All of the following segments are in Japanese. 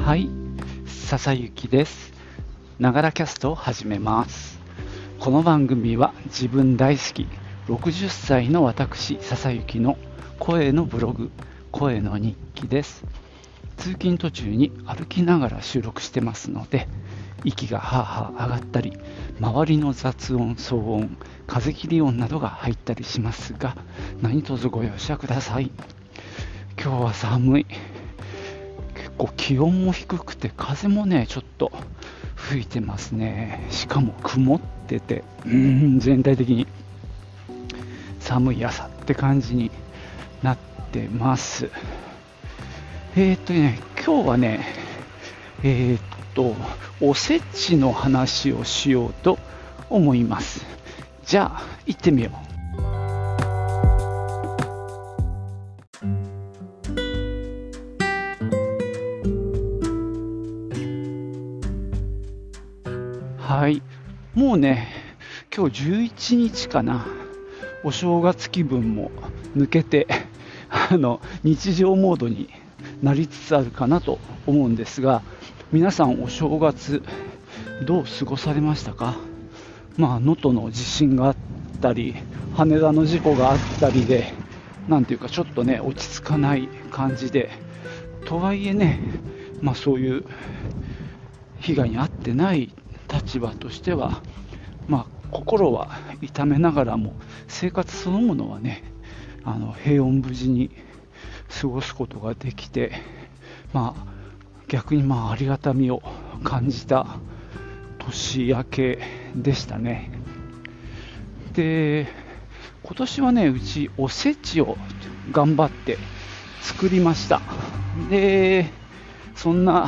はい、笹幸です。ながらキャストを始めます。この番組は自分大好き60歳の私笹幸の声のブログ、声の日記です。通勤途中に歩きながら収録してますので、息がはあはあ上がったり、周りの雑音、騒音、風切り音などが入ったりしますが、何卒ご容赦ください。今日は寒い。結構気温も低くて、風もねちょっと吹いてますね。しかも曇ってて、全体的に寒い朝って感じになってます。今日はねおせちの話をしようと思います。じゃあ行ってみよう。はい、もうね今日11日かな。お正月気分も抜けて日常モードになりつつあるかなと思うんですが、皆さんお正月どう過ごされましたか？能登の地震があったり、羽田の事故があったりで、なんていうかちょっとね落ち着かない感じで、とはいえね、そういう被害に遭ってない立場としては、心は痛めながらも生活そのものはね平穏無事に過ごすことができて、逆にありがたみを感じた年明けでしたね。で、今年はねうちおせちを頑張って作りました。で、そんな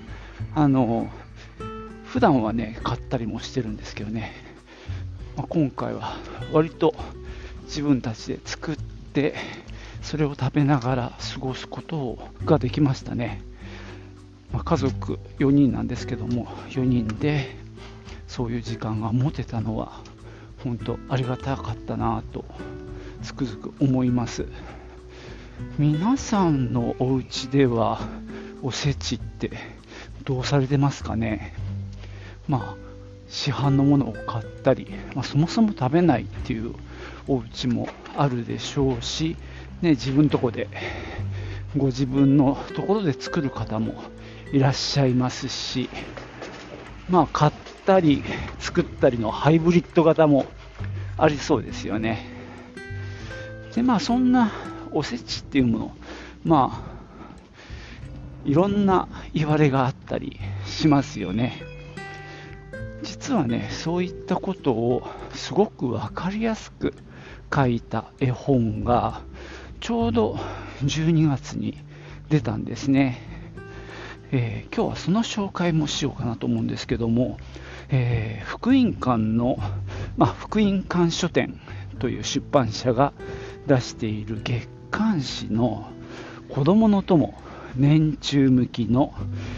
普段はね買ったりもしてるんですけどね、今回は割と自分たちで作ってそれを食べながら過ごすことができましたね。家族4人なんですけども、4人でそういう時間が持てたのは本当ありがたかったなとつくづく思います。皆さんのお家ではおせちってどうされてますかね？市販のものを買ったり、そもそも食べないっていうお家もあるでしょうし、自分のとこでご自分のところで作る方もいらっしゃいますし、買ったり作ったりのハイブリッド型もありそうですよね。で、そんなおせちっていうもの、いろんな言われがあったりしますよね。実はね、そういったことをすごく分かりやすく書いた絵本がちょうど12月に出たんですね。今日はその紹介もしようかなと思うんですけども、福音館の、福音館書店という出版社が出している月刊誌の子どもの友年中向きの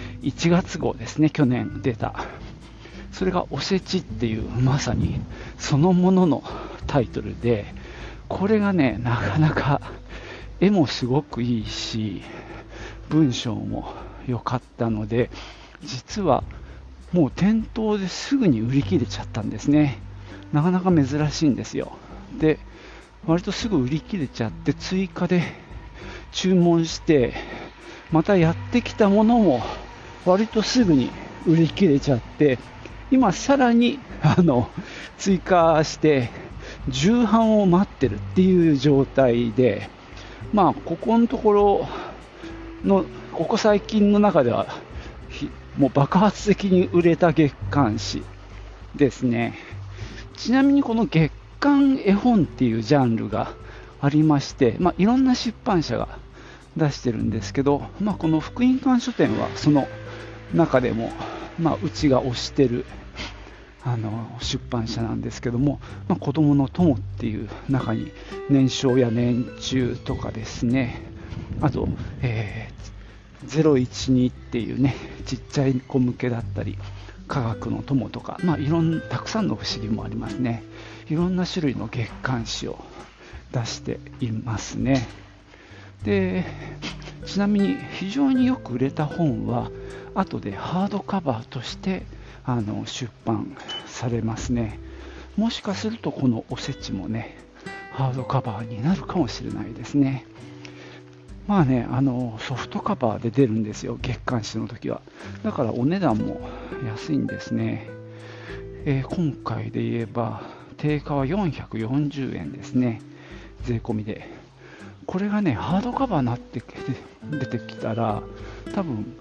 1月号ですね。去年出た、それがおせちっていうまさにそのもののタイトルで、これがねなかなか絵もすごくいいし文章も良かったので、実はもう店頭ですぐに売り切れちゃったんですね。なかなか珍しいんですよ。で、割とすぐ売り切れちゃって、追加で注文してまたやってきたものも割とすぐに売り切れちゃって、今さらに追加して重版を待ってるっていう状態で、ここのところのここ最近の中ではもう爆発的に売れた月刊誌ですね。ちなみにこの月刊絵本っていうジャンルがありまして、いろんな出版社が出してるんですけど、この福音館書店はその中でもうちが推してる出版社なんですけども、子どもの友っていう中に年少や年中とかですね、あと、012っていうねちっちゃい子向けだったり、科学の友とか、たくさんの不思議もありますね。いろんな種類の月刊誌を出していますね。で、 ちなみに非常によく売れた本は後でハードカバーとして出版されますね。もしかするとこのおせちもねハードカバーになるかもしれないですね。まあね、ソフトカバーで出るんですよ、月刊誌の時は。だからお値段も安いんですね。今回で言えば定価は440円ですね、税込みで。これがねハードカバーになって出てきたら多分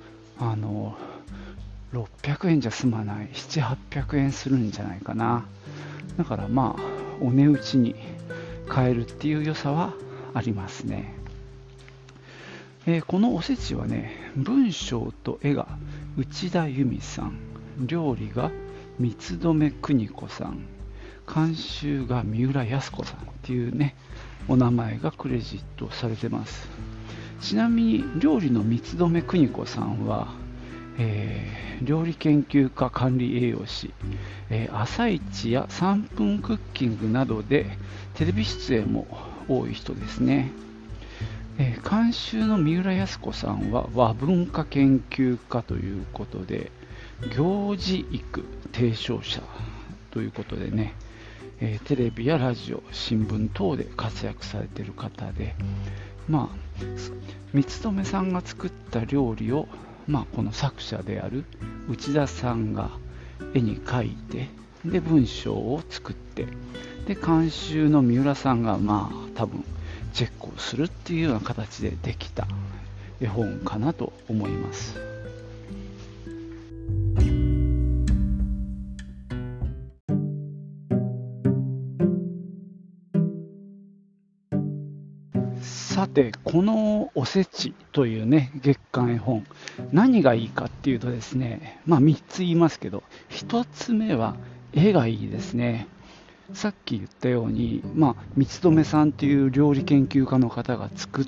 600円じゃ済まない7、800円するんじゃないかな。だからまあお値打ちに買えるっていう良さはありますね。このおせちはね、文章と絵が内田由美さん、料理が三留邦子さん、監修が三浦靖子さんっていうねお名前がクレジットされてます。ちなみに料理の三留邦子さんは、料理研究家管理栄養士、朝市や3分クッキングなどでテレビ出演も多い人ですね。監修の三浦靖子さんは和文化研究家ということで行事育提唱者ということでね、テレビやラジオ、新聞等で活躍されている方で、まあ、三留さんが作った料理を、この作者である内田さんが絵に描いて、で文章を作って、で監修の三浦さんが多分チェックをするっていうような形でできた絵本かなと思います。さて、このおせちというね月刊絵本、何がいいかっていうとですね、3つ言いますけど、1つ目は絵がいいですね。さっき言ったように、三留さんという料理研究家の方が作った、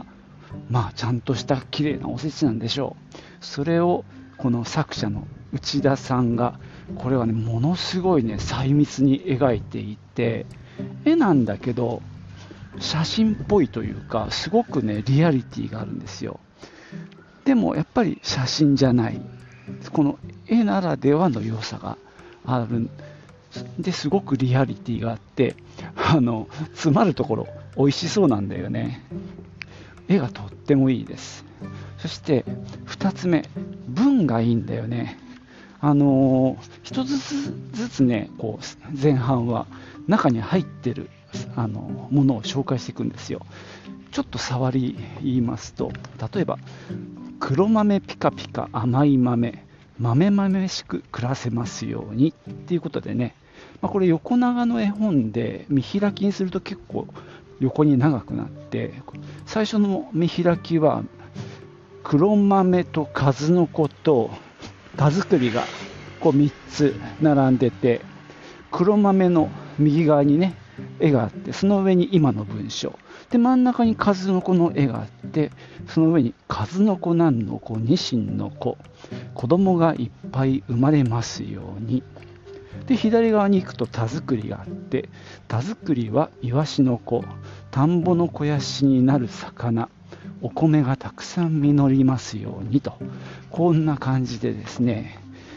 ちゃんとした綺麗なおせちなんでしょう。それをこの作者の内田さんが、これはねものすごいね細密に描いていて、絵なんだけど写真っぽいというか、すごくねリアリティがあるんですよ。でもやっぱり写真じゃない、この絵ならではの良さがあるですごくリアリティがあって、詰まるところ美味しそうなんだよね。絵がとってもいいです。そして2つ目、文がいいんだよね。一つずつねこう前半は中に入ってるものを紹介していくんですよ。ちょっと触り言いますと、例えば黒豆ピカピカ甘い豆、豆々しく暮らせますようにっていうことでね、これ横長の絵本で見開きにすると結構横に長くなって、最初の見開きは黒豆と数の子と田作りがこう3つ並んでて、黒豆の右側にね絵があって、その上に今の文章で、真ん中に数の子の絵があって、その上に数の子なんの子ニシンの子、子供がいっぱい生まれますように。で左側に行くと田作りがあって、田作りはイワシの子、田んぼの肥やしになる魚、お米がたくさん実りますようにと、こんな感じでですね、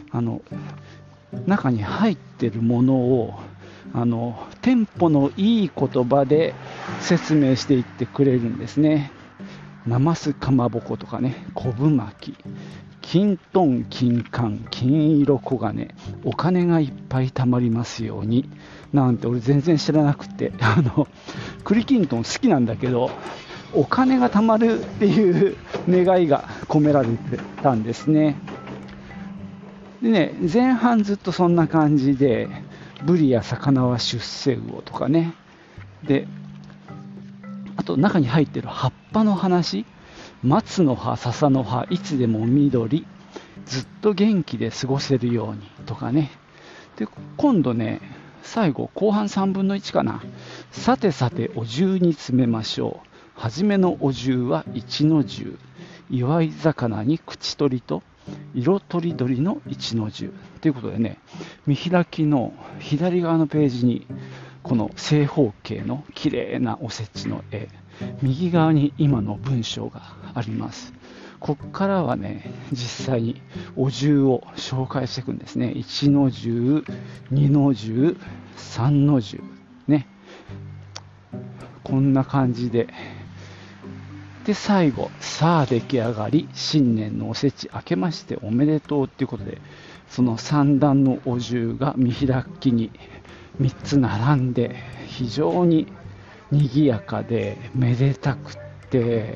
中に入っているものをテンポのいい言葉で説明していってくれるんですね。なますかまぼことかね、昆布巻き、金豚金柑金色黄金、お金がいっぱい貯まりますようになんて、俺全然知らなくて、栗きんとん好きなんだけど、お金が貯まるっていう願いが込められてたんですね。でね、前半ずっとそんな感じで、ブリや魚は出世魚とかね、であと中に入ってる葉っぱの話、松の葉、笹の葉、いつでも緑、ずっと元気で過ごせるようにとかね。で今度ね、最後後半3分の1かな、さてさてお重に詰めましょう、はじめのお重は一の重、祝い魚に口取りと色とりどりの一の重ということでね、見開きの左側のページにこの正方形の綺麗なおせちの絵、 右側に今の文章があります。ここからはね、実際にお重を紹介していくんですね。1の重、2の重、3の重ね、こんな感じで、で最後、さあ出来上がり、新年のおせち明けましておめでとうということで、その三段のお重が見開きに3つ並んで、非常に賑やかでめでたくって、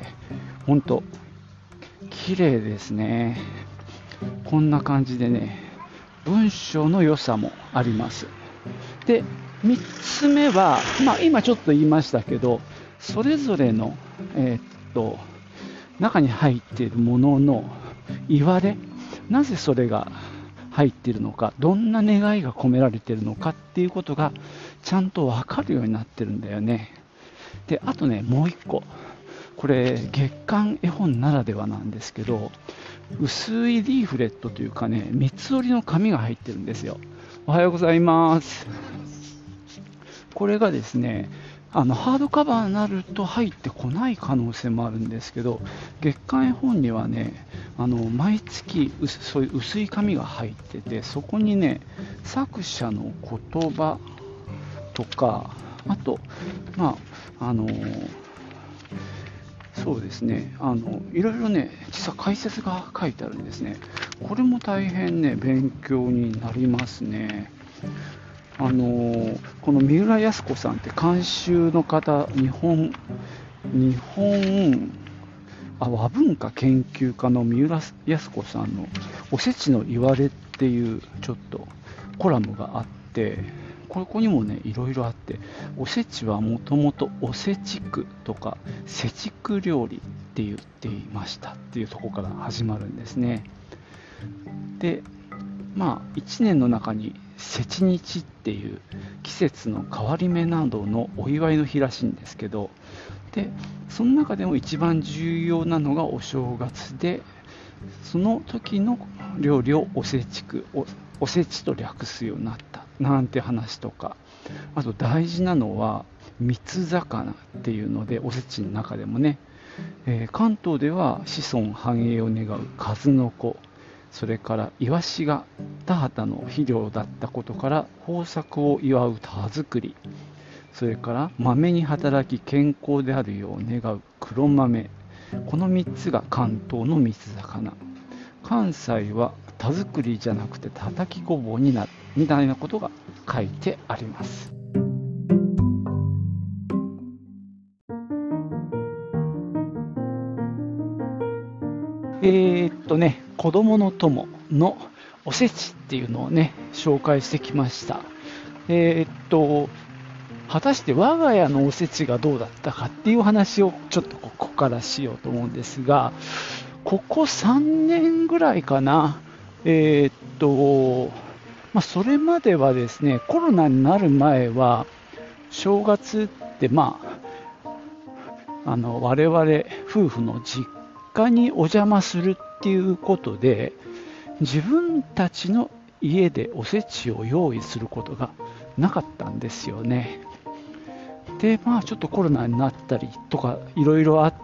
本当綺麗ですね。こんな感じでね、文章の良さもあります。で、3つ目は、今ちょっと言いましたけど、それぞれの、中に入っているもののいわれ、なぜそれが入っているのか、どんな願いが込められているのかっていうことがちゃんと分かるようになってるんだよね。で、あとね、もう一個、これ月刊絵本ならではなんですけど、薄いリーフレットというかね、三つ折りの紙が入ってるんですよ。おはようございます。これがですね、ハードカバーになると入ってこない可能性もあるんですけど、月刊絵本にはね、毎月そういう薄い紙が入ってて、そこにね、作者の言葉とか、あと、そうですね、いろいろね、実は解説が書いてあるんですね。これも大変ね、勉強になりますね。この三浦靖子さんって監修の方、日本和文化研究家の三浦靖子さんのおせちの言われっていうちょっとコラムがあって、ここにもね、いろいろあって、おせちはもともとおせちくとかせちく料理って言っていましたっていうところから始まるんですね。で、1年の中にせち日っていう季節の変わり目などのお祝いの日らしいんですけど、でその中でも一番重要なのがお正月で、その時の料理をおせちと略すようになったなんて話とか、あと大事なのは三つ魚っていうので、おせちの中でもね、関東では子孫繁栄を願う数の子、それからイワシが田畑の肥料だったことから豊作を祝う田作り、それから豆に働き健康であるよう願う黒豆、この3つが関東の三つ魚。関西は田作りじゃなくて叩きごぼうになるみたいなことが書いてあります。子供の友のおせちっていうのをね、紹介してきました。果たして我が家のおせちがどうだったかっていう話をちょっとここからしようと思うんですが、ここ3年ぐらいかな、それまではですね、コロナになる前は、正月って、我々夫婦の実家にお邪魔するっていうことで、自分たちの家でおせちを用意することがなかったんですよね。で、ちょっとコロナになったりとかいろいろあって、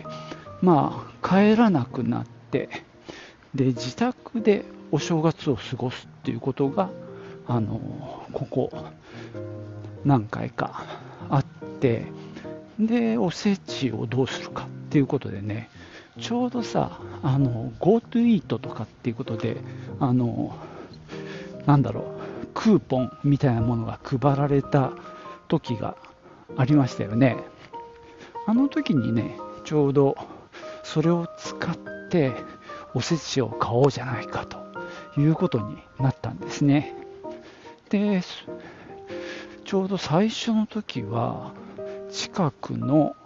帰らなくなって、で自宅でお正月を過ごすっていうことがここ何回かあって、でおせちをどうするかっていうことでね、ちょうどさ、GoTo イートとかっていうことで、クーポンみたいなものが配られた時がありましたよね。あの時にね、ちょうどそれを使っておせちを買おうじゃないかということになったんですね。で、ちょうど最初の時は近くの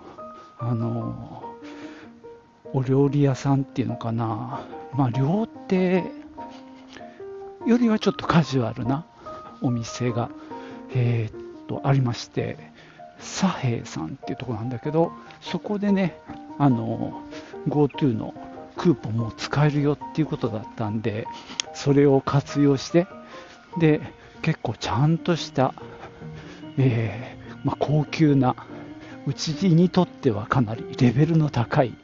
お料理屋さんっていうのかな、料亭よりはちょっとカジュアルなお店が、ありまして、サヘイさんっていうところなんだけど、そこでね、GoTo のクーポンも使えるよっていうことだったんで、それを活用して、で結構ちゃんとした、高級なうちにとってはかなりレベルの高い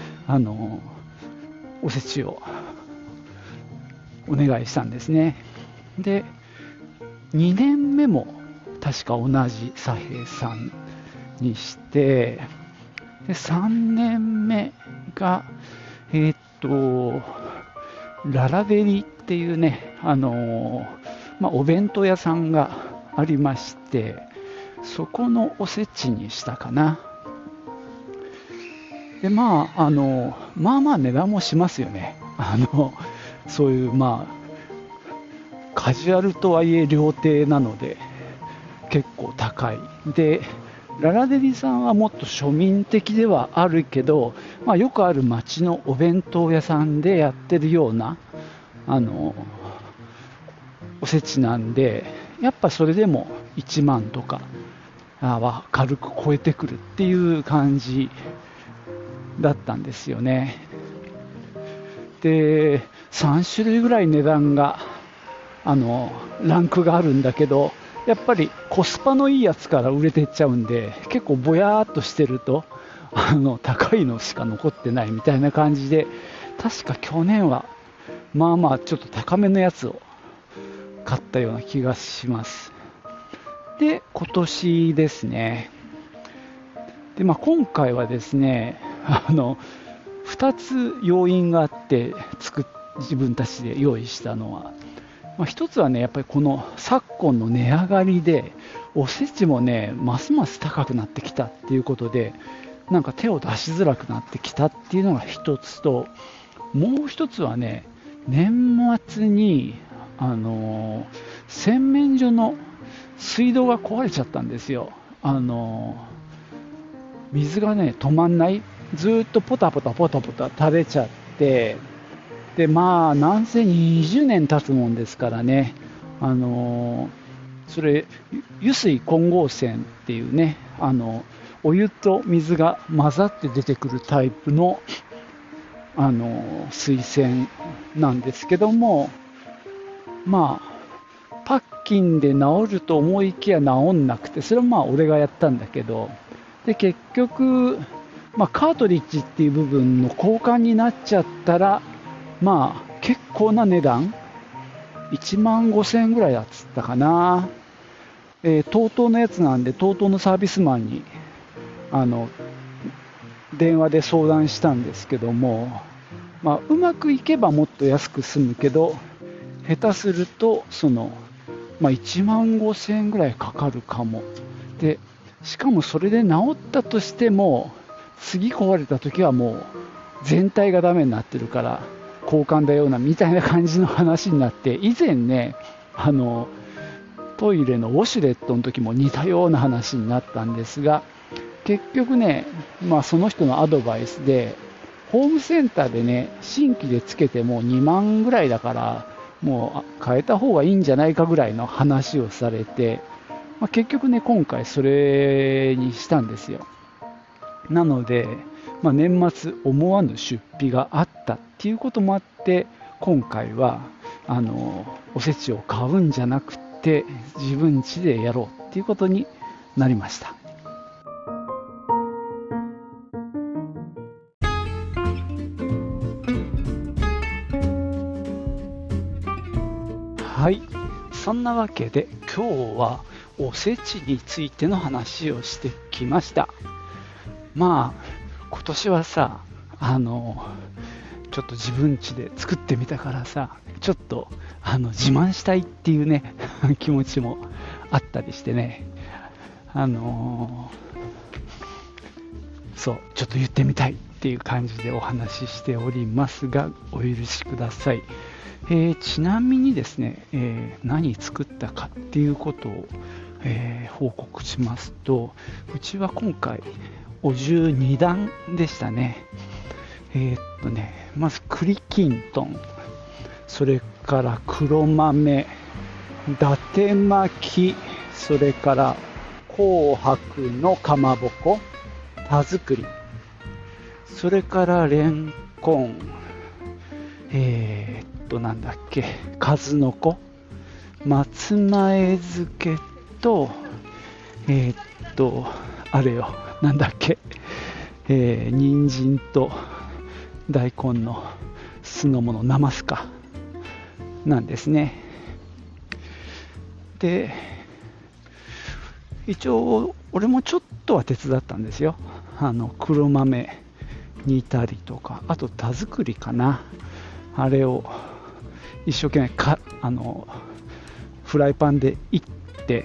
おせちをお願いしたんですね。で2年目も確か同じ左平さんにして、で3年目がララベリっていうね、お弁当屋さんがありまして、そこのおせちにしたかな。でまあ値段もしますよね。そういうカジュアルとはいえ料亭なので結構高い。でララデリさんはもっと庶民的ではあるけど、よくある町のお弁当屋さんでやってるようなおせちなんで、やっぱそれでも1万とかは軽く超えてくるっていう感じだったんですよね。で3種類ぐらい値段がランクがあるんだけど、やっぱりコスパのいいやつから売れていっちゃうんで、結構ぼやーっとしてると高いのしか残ってないみたいな感じで、確か去年はちょっと高めのやつを買ったような気がします。で今年ですね。で今回はですね2つ要因があって自分たちで用意したのは、一つはね、やっぱりこの昨今の値上がりでおせちもねますます高くなってきたっていうことで、なんか手を出しづらくなってきたっていうのが一つと、もう一つはね、年末に洗面所の水道が壊れちゃったんですよ。水がね止まんない、ずーっとポタポタ垂れちゃって、でなんせ20年経つもんですからね、それ油水混合泉っていうね、お湯と水が混ざって出てくるタイプの水栓なんですけども、パッキンで治ると思いきや治んなくて、それは俺がやったんだけど、で結局、カートリッジっていう部分の交換になっちゃったら、結構な値段、1万5000円ぐらいだっつったかな。TOTO のやつなんで、TOTO のサービスマンに電話で相談したんですけども、うまくいけばもっと安く済むけど、下手すると1万5000円ぐらいかかるかも。でしかもそれで治ったとしても、次壊れた時はもう全体がダメになってるから交換だようなみたいな感じの話になって、以前ねトイレのウォシュレットの時も似たような話になったんですが、結局ね、その人のアドバイスでホームセンターでね新規でつけても2万ぐらいだから、もう変えた方がいいんじゃないかぐらいの話をされて、結局ね今回それにしたんですよ。なので、年末思わぬ出費があったっていうこともあって、今回はおせちを買うんじゃなくて自分家でやろうっていうことになりました。はい、そんなわけで今日はおせちについての話をしてきました。今年はさ、ちょっと自分家で作ってみたからさ、ちょっと自慢したいっていうね気持ちもあったりしてね、そうちょっと言ってみたいっていう感じでお話ししておりますが、お許しください。ちなみにですね、何作ったかっていうことを、報告しますと、うちは今回お重2段でしたね。まず栗きんとん、それから黒豆、伊達巻き、それから紅白のかまぼこ、田作り、それからレンコン、なんだっけ、数の子、松前漬けと、あれよ、 なんだっけ、人参と大根の酢の物、なますかなんですね。で、一応俺もちょっとは手伝ったんですよ。黒豆煮たりとか、あと田作りかな、あれを一生懸命フライパンでいって、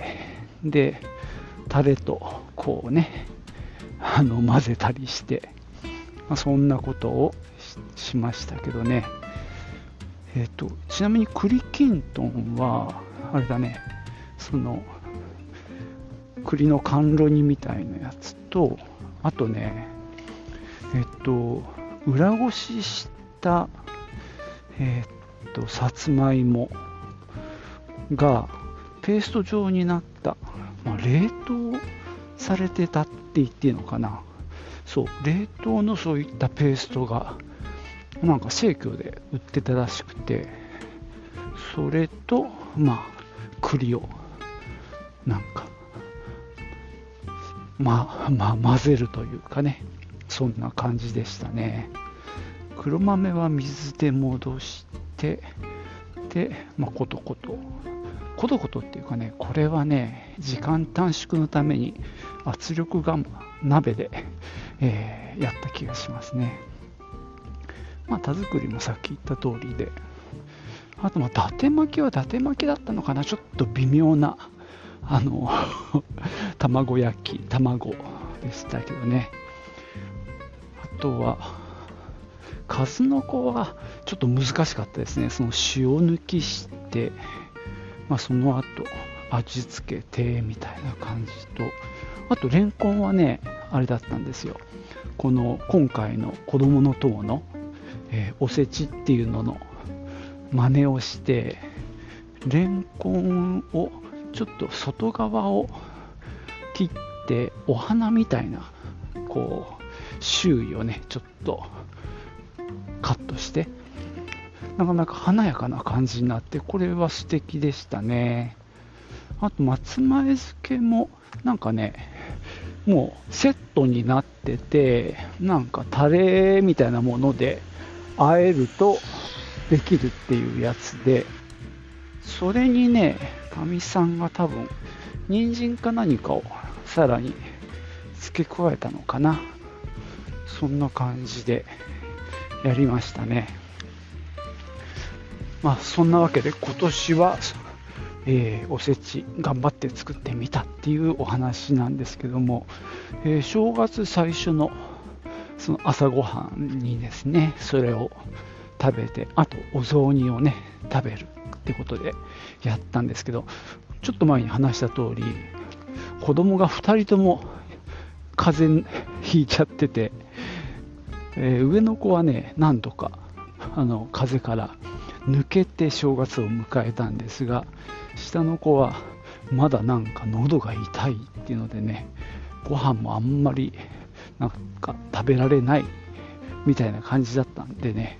でタレとこうね混ぜたりして、そんなことを しましたけどね。ちなみに栗きんとんはあれだね、その栗の甘露煮みたいなやつと、あとね裏ごししたさつまいもがペースト状になった、冷凍されてたって言っていいのかな、そう、冷凍のそういったペーストがなんか生協で売ってたらしくて、それと栗をなんか混ぜるというかね、そんな感じでしたね。黒豆は水で戻して、で、コトコトっていうかね、これはね、時間短縮のために圧力鍋で、やった気がしますね。田作りもさっき言った通りで、あと伊達巻きは伊達巻きだったのかな、ちょっと微妙な卵焼き、卵でしたけどね。あとは数の子はちょっと難しかったですね。その塩抜きして、その後味付けてみたいな感じと、あとレンコンはねあれだったんですよ。今回の子どもの塔の、おせちっていうのの真似をして、レンコンをちょっと外側を切ってお花みたいなこう周囲をねちょっとカットして、なかなか華やかな感じになって、これは素敵でしたね。あと松前漬けもなんかね、もうセットになってて、なんかタレみたいなもので和えるとできるっていうやつで、それにねかみさんが多分人参か何かをさらに付け加えたのかな、そんな感じでやりましたね。そんなわけで今年は、おせち頑張って作ってみたっていうお話なんですけども、正月最初のその朝ごはんにですね、それを食べて、あとお雑煮をね食べるってことでやったんですけど、ちょっと前に話した通り、子供が2人とも風邪ひいちゃってて、上の子はねなんとか風邪から抜けて正月を迎えたんですが、下の子はまだなんか喉が痛いっていうのでね、ご飯もあんまりなんか食べられないみたいな感じだったんでね、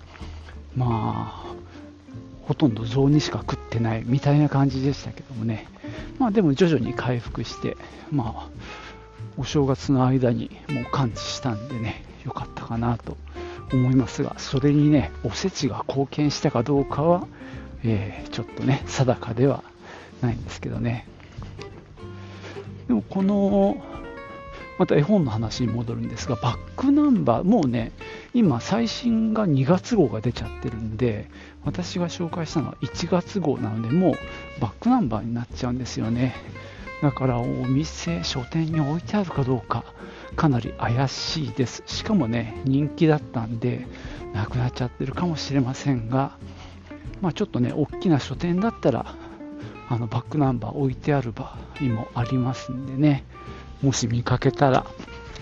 ほとんど雑煮しか食ってないみたいな感じでしたけどもね、でも徐々に回復して、お正月の間にもう完治したんでね、よかったかなと思いますが、それにねおせちが貢献したかどうかは、ちょっとね定かではないんですけどね。でもまた絵本の話に戻るんですが、バックナンバーもうね今最新が2月号が出ちゃってるんで、私が紹介したのは1月号なので、もうバックナンバーになっちゃうんですよね。だからお店書店に置いてあるかどうかかなり怪しいです。しかもね人気だったんでなくなっちゃってるかもしれませんが、ちょっとね大きな書店だったらバックナンバー置いてある場合もありますんでね、もし見かけたら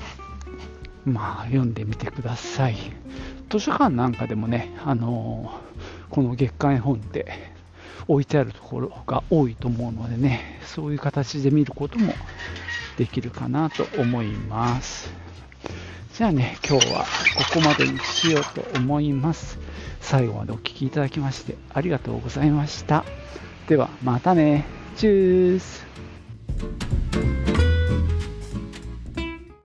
読んでみてください。図書館なんかでもね、この月刊絵本って置いてあるところが多いと思うのでね、そういう形で見ることもできるかなと思います。じゃあね、今日はここまでにしようと思います。最後までお聞きいただきましてありがとうございました。ではまたね。チュース。